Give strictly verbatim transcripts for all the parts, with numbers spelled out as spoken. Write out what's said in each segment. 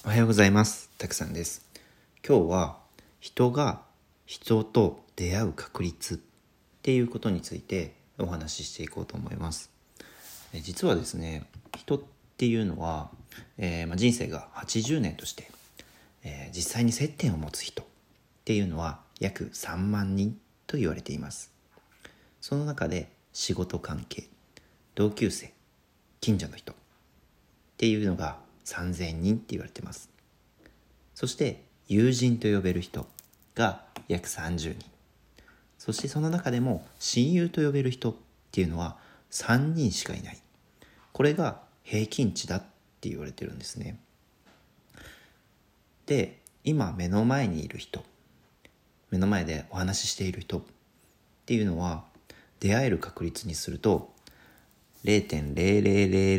おはようございます。たくさんです。今日は人が人と出会う確率っていうことについてお話ししていこうと思います。え実はですね、人っていうのは、えーまあ、人生がはちじゅうねんとして、えー実際に接点を持つ人っていうのは約さんまんにんと言われています。その中で仕事関係、同級生、近所の人っていうのがさんぜんにんって言われています。そして友人と呼べる人が約さんじゅうにん、そしてその中でも親友と呼べる人っていうのはさんにんしかいない。これが平均値だって言われてるんですね。で、今目の前にいる人、目の前でお話ししている人っていうのは出会える確率にすると ゼロてんゼロゼロゼロゼロゼロゼロゼロゼロゼロゼロゼロゼロ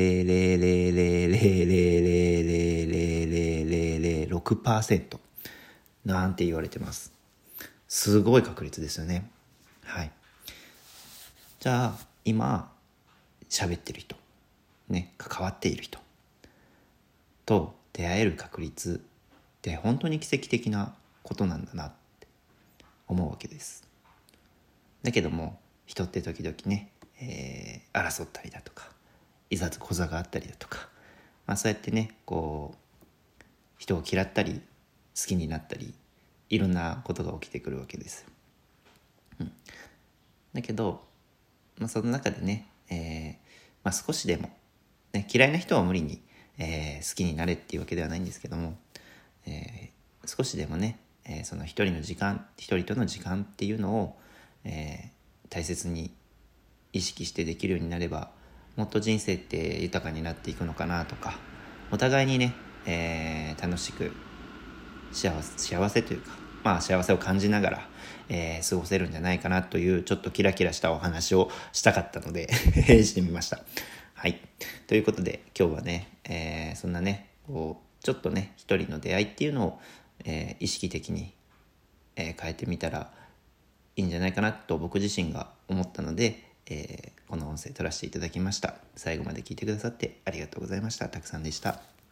ゼロゼロろくパーセント なんて言われてます。すごい確率ですよね。はい。じゃあ今喋ってる人、ね、関わっている人と出会える確率って本当に奇跡的なことなんだなって思うわけです。だけども人って時々ね、えー、争ったりだとかいざこざがあったりだとか、まあ、そうやってねこう人を嫌ったり好きになったりいろんなことが起きてくるわけです、うん、だけど、まあ、その中でね、えーまあ、少しでも、ね、嫌いな人は無理に、えー、好きになれっていうわけではないんですけども、えー、少しでもね、えー、その一人の時間一人との時間っていうのを、えー、大切に意識してできるようになればもっと人生って豊かになっていくのかなとか、お互いにね、えー、楽しく幸せ、幸せというか、まあ幸せを感じながら、えー、過ごせるんじゃないかなというちょっとキラキラしたお話をしたかったのでしてみました。はい。ということで今日はね、えー、そんなね、こうちょっとね一人の出会いっていうのを、えー、意識的に、えー、変えてみたらいいんじゃないかなと僕自身が思ったので、えー、この音声取らせていただきました。最後まで聞いてくださってありがとうございました。たくさんでした。